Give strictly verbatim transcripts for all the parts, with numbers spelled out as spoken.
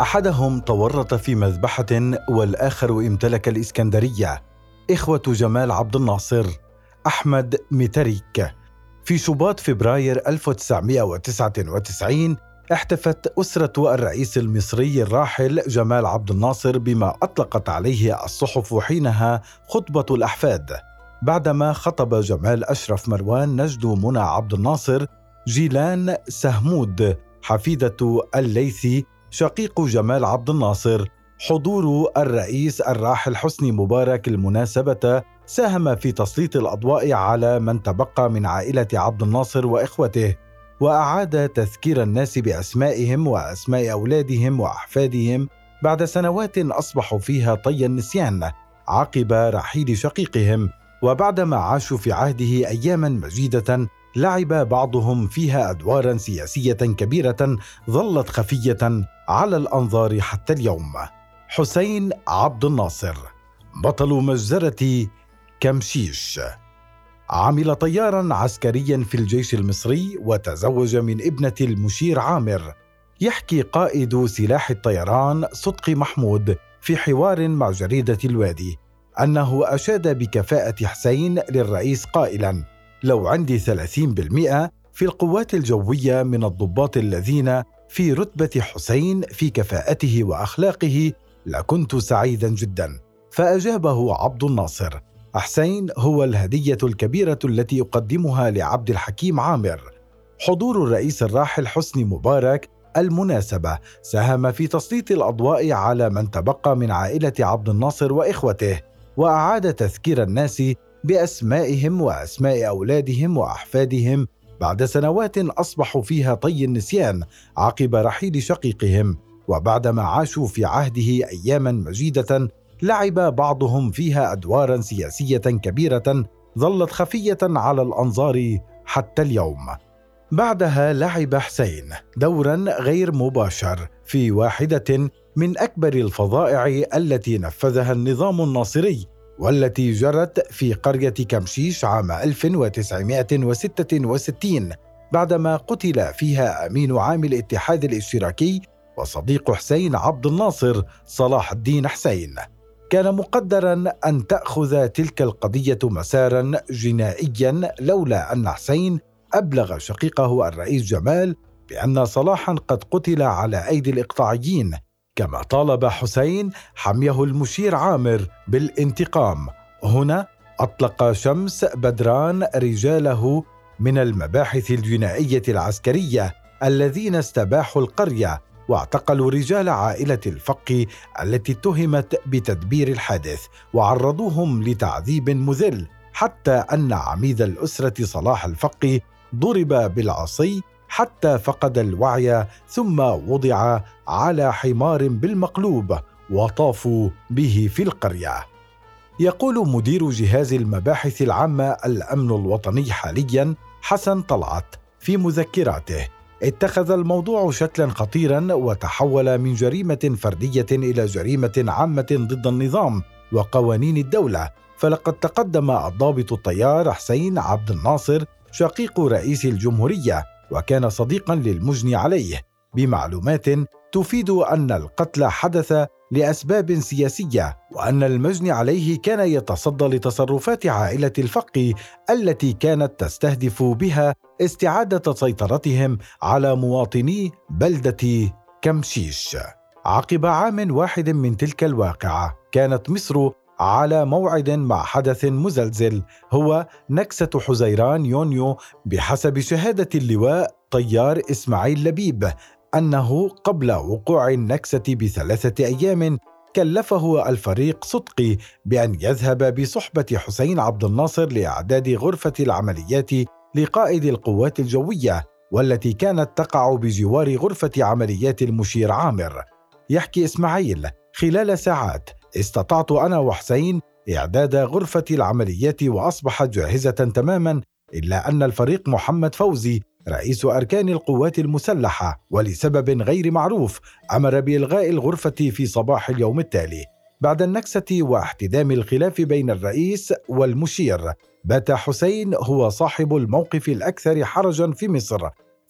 أحدهم تورط في مذبحة والآخر امتلك الإسكندرية. إخوة جمال عبد الناصر أحمد متريك. في شباط فبراير ألف وتسعمائة وتسعة وتسعين احتفت أسرة الرئيس المصري الراحل جمال عبد الناصر بما أطلقت عليه الصحف حينها خطبة الأحفاد، بعدما خطب جمال أشرف مروان نجد منى عبد الناصر جيلان سهمود حفيدة الليثي شقيق جمال عبد الناصر حضور الرئيس الراحل حسني مبارك. المناسبة ساهم في تسليط الأضواء على من تبقى من عائلة عبد الناصر وإخوته، وأعاد تذكير الناس بأسمائهم وأسماء أولادهم وأحفادهم بعد سنوات أصبحوا فيها طي النسيان عقب رحيل شقيقهم، وبعدما عاشوا في عهده أياما مجيدة لعب بعضهم فيها أدوارا سياسية كبيرة ظلت خفية على الأنظار حتى اليوم. حسين عبد الناصر بطل مجزرة كمشيش، عمل طيارا عسكريا في الجيش المصري وتزوج من ابنة المشير عامر. يحكي قائد سلاح الطيران صدقي محمود في حوار مع جريدة الوادي أنه أشاد بكفاءة حسين للرئيس قائلا: لو عندي ثلاثين بالمئة في القوات الجوية من الضباط الذين في رتبة حسين في كفاءته وأخلاقه لكنت سعيدا جدا. فأجابه عبد الناصر: حسين هو الهدية الكبيرة التي يقدمها لعبد الحكيم عامر. حضور الرئيس الراحل حسني مبارك المناسبة ساهم في تسليط الأضواء على من تبقى من عائلة عبد الناصر وإخوته، وأعاد تذكير الناس بأسمائهم وأسماء أولادهم وأحفادهم بعد سنوات أصبحوا فيها طي النسيان عقب رحيل شقيقهم، وبعدما عاشوا في عهده أياما مجيدة لعب بعضهم فيها أدوارا سياسية كبيرة ظلت خفية على الأنظار حتى اليوم. بعدها لعب حسين دورا غير مباشر في واحدة من أكبر الفظائع التي نفذها النظام الناصري، والتي جرت في قرية كمشيش عام ألف وتسعمائة وستة وستين بعدما قتل فيها أمين عام الاتحاد الاشتراكي وصديق حسين عبد الناصر صلاح الدين حسين. كان مقدرا أن تأخذ تلك القضية مسارا جنائيا لولا أن حسين أبلغ شقيقه الرئيس جمال بأن صلاحا قد قتل على أيدي الإقطاعيين، كما طالب حسين حميه المشير عامر بالانتقام. هنا أطلق شمس بدران رجاله من المباحث الجنائية العسكرية الذين استباحوا القرية واعتقلوا رجال عائلة الفقي التي اتهمت بتدبير الحادث وعرضوهم لتعذيب مذل، حتى أن عميد الأسرة صلاح الفقي ضرب بالعصي حتى فقد الوعي ثم وضع على حمار بالمقلوب وطافوا به في القرية. يقول مدير جهاز المباحث العامة الأمن الوطني حاليا حسن طلعت في مذكراته: اتخذ الموضوع شكلا خطيرا وتحول من جريمة فردية إلى جريمة عامة ضد النظام وقوانين الدولة، فلقد تقدم الضابط الطيار حسين عبد الناصر شقيق رئيس الجمهورية وكان صديقا للمجني عليه بمعلومات تفيد أن القتل حدث لأسباب سياسية، وأن المجني عليه كان يتصدى لتصرفات عائلة الفقي التي كانت تستهدف بها استعادة سيطرتهم على مواطني بلدة كمشيش. عقب عام واحد من تلك الواقعة كانت مصر على موعد مع حدث مزلزل هو نكسة حزيران يونيو، بحسب شهادة اللواء طيار إسماعيل لبيب أنه قبل وقوع النكسة بثلاثة أيام كلفه الفريق صدقي بأن يذهب بصحبة حسين عبد الناصر لإعداد غرفة العمليات لقائد القوات الجوية، والتي كانت تقع بجوار غرفة عمليات المشير عامر. يحكي إسماعيل: خلال ساعات استطعت أنا وحسين إعداد غرفة العمليات وأصبحت جاهزة تماما، إلا أن الفريق محمد فوزي رئيس أركان القوات المسلحة ولسبب غير معروف أمر بإلغاء الغرفة في صباح اليوم التالي. بعد النكسة واحتدام الخلاف بين الرئيس والمشير، بات حسين هو صاحب الموقف الأكثر حرجا في مصر،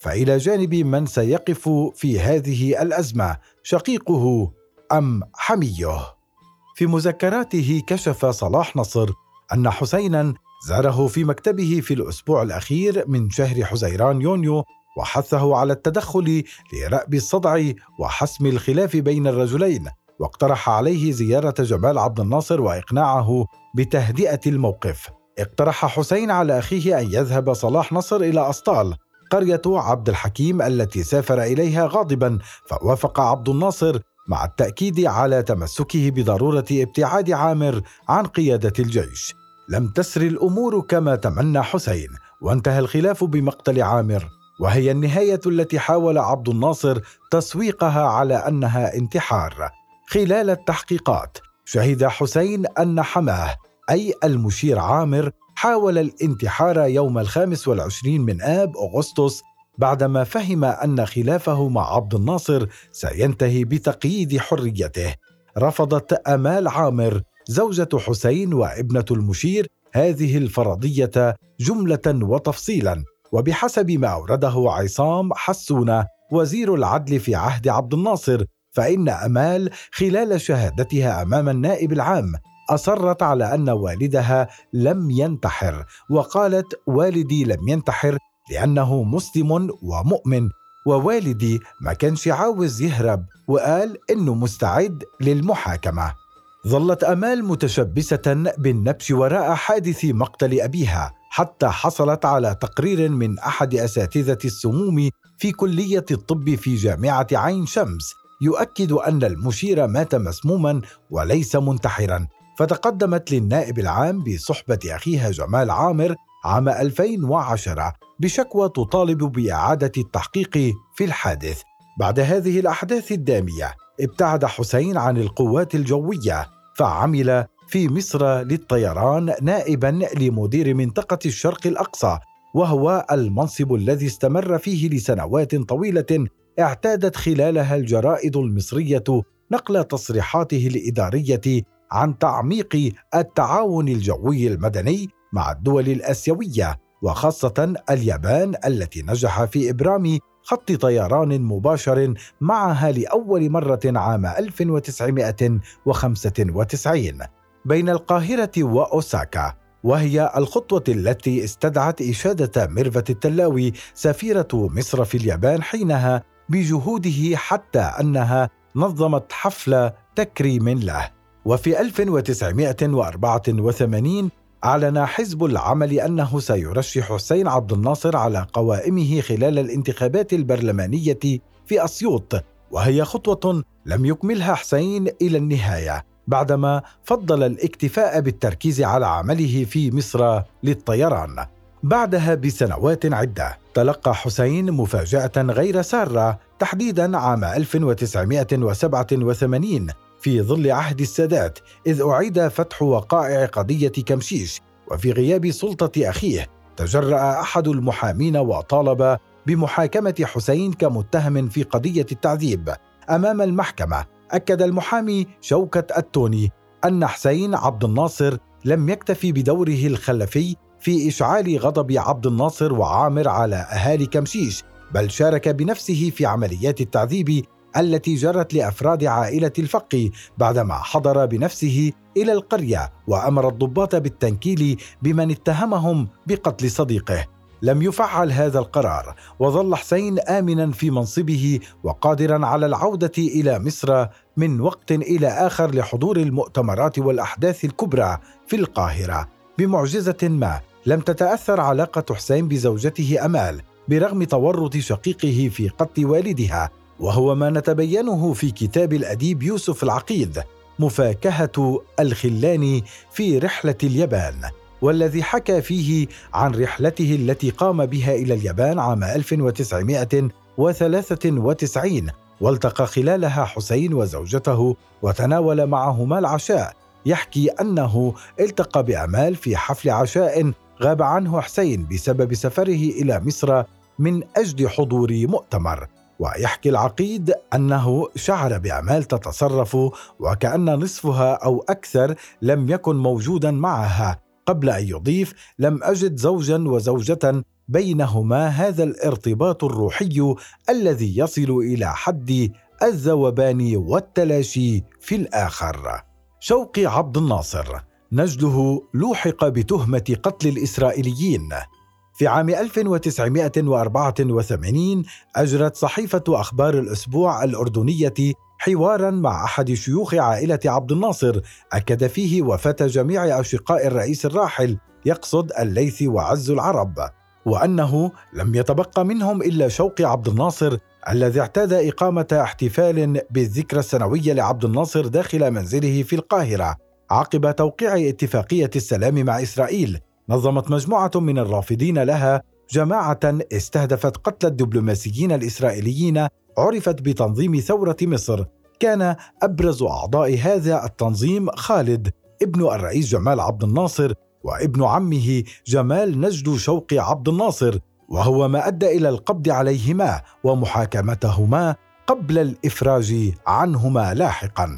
فإلى جانب من سيقف في هذه الأزمة، شقيقه أم حميه؟ في مذكراته كشف صلاح نصر أن حسينا زاره في مكتبه في الأسبوع الأخير من شهر حزيران يونيو، وحثه على التدخل لرأب الصدع وحسم الخلاف بين الرجلين، واقترح عليه زيارة جمال عبد الناصر وإقناعه بتهدئة الموقف. اقترح حسين على أخيه أن يذهب صلاح نصر إلى أسطال، قرية عبد الحكيم التي سافر إليها غاضبا، فوافق عبد الناصر مع التأكيد على تمسكه بضرورة ابتعاد عامر عن قيادة الجيش. لم تسر الأمور كما تمنى حسين، وانتهى الخلاف بمقتل عامر، وهي النهاية التي حاول عبد الناصر تسويقها على أنها انتحار. خلال التحقيقات شهد حسين أن حماه أي المشير عامر حاول الانتحار يوم الخامس والعشرين من آب أغسطس، بعدما فهم أن خلافه مع عبد الناصر سينتهي بتقييد حريته. رفضت آمال عامر زوجة حسين وابنة المشير هذه الفرضية جملة وتفصيلا، وبحسب ما أورده عصام حسونة وزير العدل في عهد عبد الناصر، فإن آمال خلال شهادتها أمام النائب العام أصرت على أن والدها لم ينتحر، وقالت: والدي لم ينتحر لأنه مسلم ومؤمن، ووالدي ما كانش عاوز يهرب، وقال إنه مستعد للمحاكمة. ظلت آمال متشبثة بالنبش وراء حادث مقتل أبيها، حتى حصلت على تقرير من أحد أساتذة السموم في كلية الطب في جامعة عين شمس يؤكد أن المشير مات مسموما وليس منتحرا، فتقدمت للنائب العام بصحبة أخيها جمال عامر عام ألفين وعشرة بشكوى تطالب بإعادة التحقيق في الحادث. بعد هذه الأحداث الدامية ابتعد حسين عن القوات الجوية، فعمل في مصر للطيران نائبا لمدير منطقة الشرق الأقصى، وهو المنصب الذي استمر فيه لسنوات طويلة اعتادت خلالها الجرائد المصرية نقل تصريحاته الإدارية عن تعميق التعاون الجوي المدني مع الدول الآسيوية، وخاصة اليابان التي نجح في إبرام خط طيران مباشر معها لأول مرة عام ألف وتسعمائة وخمسة وتسعين بين القاهرة وأوساكا، وهي الخطوة التي استدعت إشادة ميرفت التلاوي سفيرة مصر في اليابان حينها بجهوده، حتى أنها نظمت حفل تكريم له. وفي ألف وتسعمائة وأربعة وثمانين أعلن حزب العمل أنه سيرشح حسين عبد الناصر على قوائمه خلال الانتخابات البرلمانية في أسيوط، وهي خطوة لم يكملها حسين إلى النهاية، بعدما فضل الاكتفاء بالتركيز على عمله في مصر للطيران. بعدها بسنوات عدة تلقى حسين مفاجأة غير سارة، تحديدا عام ألف وتسعمائة وسبعة وثمانين في ظل عهد السادات، إذ أعيد فتح وقائع قضية كمشيش، وفي غياب سلطة أخيه تجرأ أحد المحامين وطالب بمحاكمة حسين كمتهم في قضية التعذيب أمام المحكمة. أكد المحامي شوكة التوني أن حسين عبد الناصر لم يكتفي بدوره الخلفي في إشعال غضب عبد الناصر وعامر على أهالي كمشيش، بل شارك بنفسه في عمليات التعذيب التي جرت لأفراد عائلة الفقي، بعدما حضر بنفسه إلى القرية وأمر الضباط بالتنكيل بمن اتهمهم بقتل صديقه. لم يفعل هذا القرار، وظل حسين آمنا في منصبه وقادرا على العودة إلى مصر من وقت إلى آخر لحضور المؤتمرات والأحداث الكبرى في القاهرة. بمعجزة ما لم تتأثر علاقة حسين بزوجته آمال برغم تورط شقيقه في قتل والدها، وهو ما نتبينه في كتاب الأديب يوسف العقيد مفاكهة الخلاني في رحلة اليابان، والذي حكى فيه عن رحلته التي قام بها إلى اليابان عام ألف وتسعمائة وثلاثة وتسعين، والتقى خلالها حسين وزوجته وتناول معهما العشاء. يحكي أنه التقى بآمال في حفل عشاء غاب عنه حسين بسبب سفره إلى مصر من أجل حضور مؤتمر. ويحكي العقيد أنه شعر بآمال تتصرف وكأن نصفها أو أكثر لم يكن موجودا معها، قبل أن يضيف: لم أجد زوجا وزوجة بينهما هذا الارتباط الروحي الذي يصل إلى حد الذوبان والتلاشي في الآخر. شوقي عبد الناصر نجده لوحق بتهمة قتل الإسرائيليين. في عام ألف وتسعمائة وأربعة وثمانين أجرت صحيفة أخبار الأسبوع الأردنية حواراً مع أحد شيوخ عائلة عبد الناصر أكد فيه وفاة جميع أشقاء الرئيس الراحل، يقصد الليثي وعز العرب، وأنه لم يتبقى منهم إلا شوقي عبد الناصر الذي اعتاد إقامة احتفال بالذكرى السنوية لعبد الناصر داخل منزله في القاهرة عقب توقيع اتفاقية السلام مع إسرائيل. نظمت مجموعة من الرافضين لها جماعة استهدفت قتل الدبلوماسيين الإسرائيليين عرفت بتنظيم ثورة مصر. كان أبرز أعضاء هذا التنظيم خالد ابن الرئيس جمال عبد الناصر وابن عمه جمال نجد شوقي عبد الناصر، وهو ما أدى إلى القبض عليهما ومحاكمتهما قبل الإفراج عنهما لاحقا.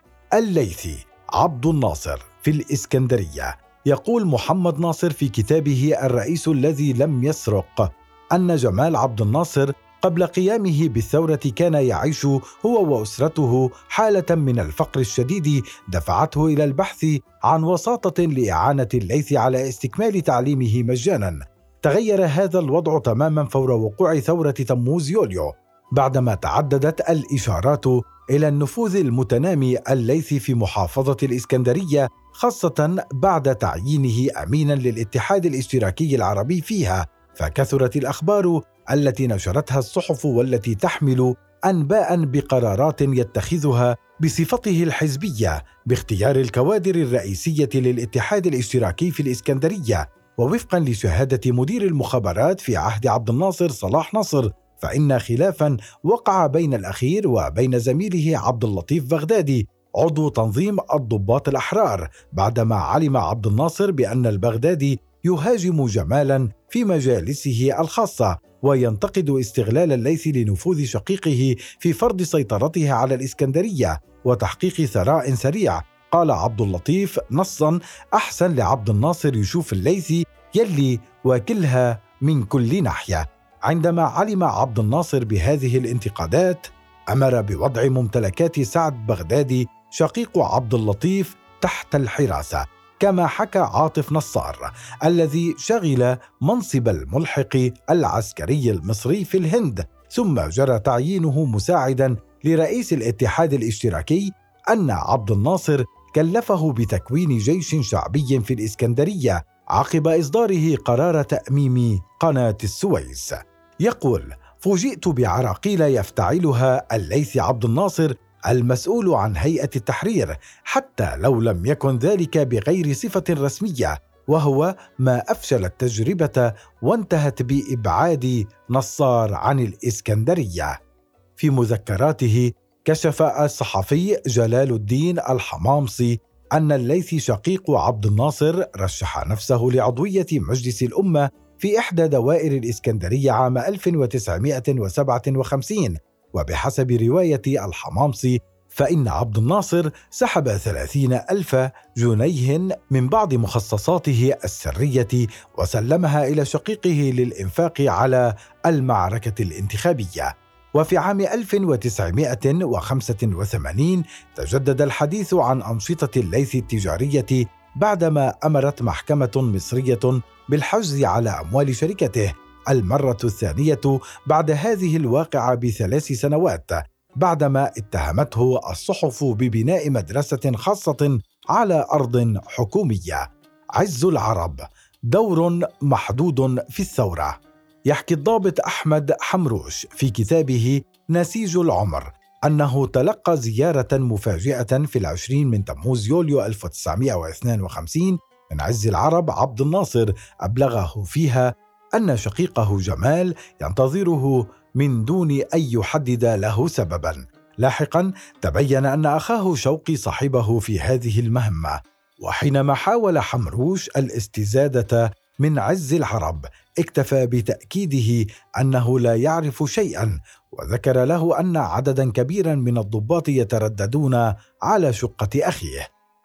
الليثي عبد الناصر في الإسكندرية. يقول محمد ناصر في كتابه الرئيس الذي لم يسرق أن جمال عبد الناصر قبل قيامه بالثورة كان يعيش هو وأسرته حالة من الفقر الشديد دفعته إلى البحث عن وساطة لإعانة الليثي على استكمال تعليمه مجانا. تغير هذا الوضع تماما فور وقوع ثورة تموز يوليو، بعدما تعددت الإشارات إلى النفوذ المتنامي الليثي في محافظة الإسكندرية، خاصة بعد تعيينه أمينا للاتحاد الاشتراكي العربي فيها، فكثرت الأخبار التي نشرتها الصحف والتي تحمل أنباء بقرارات يتخذها بصفته الحزبية باختيار الكوادر الرئيسية للاتحاد الاشتراكي في الإسكندرية. ووفقا لشهادة مدير المخابرات في عهد عبد الناصر صلاح نصر، فإن خلافا وقع بين الأخير وبين زميله عبد اللطيف بغدادي عضو تنظيم الضباط الأحرار، بعدما علم عبد الناصر بأن البغدادي يهاجم جمالا في مجالسه الخاصة وينتقد استغلال الليثي لنفوذ شقيقه في فرض سيطرته على الإسكندرية وتحقيق ثراء سريع. قال عبد اللطيف نصا: أحسن لعبد الناصر يشوف الليثي يلي واكلها من كل ناحية. عندما علم عبد الناصر بهذه الانتقادات أمر بوضع ممتلكات سعد بغدادي شقيق عبد اللطيف تحت الحراسة، كما حكى عاطف نصار الذي شغل منصب الملحق العسكري المصري في الهند ثم جرى تعيينه مساعدا لرئيس الاتحاد الاشتراكي، أن عبد الناصر كلفه بتكوين جيش شعبي في الإسكندرية عقب إصداره قرار تأميم قناة السويس. يقول: فوجئت بعراقيل يفتعلها الليثي عبد الناصر المسؤول عن هيئة التحرير، حتى لو لم يكن ذلك بغير صفة رسمية، وهو ما أفشل التجربة وانتهت بإبعاد نصار عن الإسكندرية. في مذكراته كشف الصحفي جلال الدين الحمامصي أن الليثي شقيق عبد الناصر رشح نفسه لعضوية مجلس الأمة في إحدى دوائر الإسكندرية عام ألف وتسعمائة وسبعة وخمسين، وبحسب رواية الحمامصي فإن عبد الناصر سحب ثلاثين ألف جنيه من بعض مخصصاته السرية وسلمها إلى شقيقه للإنفاق على المعركة الانتخابية. وفي عام ألف وتسعمائة وخمسة وثمانين تجدد الحديث عن أنشطة الليثي التجارية بعدما أمرت محكمة مصرية بالحجز على أموال شركته المرة الثانية بعد هذه الواقعة بثلاث سنوات، بعدما اتهمته الصحف ببناء مدرسة خاصة على أرض حكومية. عز العرب دور محدود في الثورة. يحكي الضابط أحمد حمروش في كتابه نسيج العمر أنه تلقى زيارة مفاجئة في العشرين من تموز يوليو ألف وتسعمائة واثنين وخمسين من عز العرب عبد الناصر، أبلغه فيها أن شقيقه جمال ينتظره من دون أن يحدد له سببا. لاحقا تبين أن أخاه شوقي صاحبه في هذه المهمة، وحينما حاول حمروش الاستزادة من عز العرب اكتفى بتأكيده أنه لا يعرف شيئا، وذكر له أن عددا كبيرا من الضباط يترددون على شقة أخيه.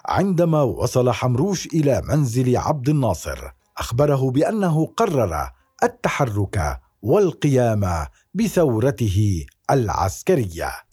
عندما وصل حمروش إلى منزل عبد الناصر أخبره بأنه قرر التحرك والقيام بثورته العسكرية.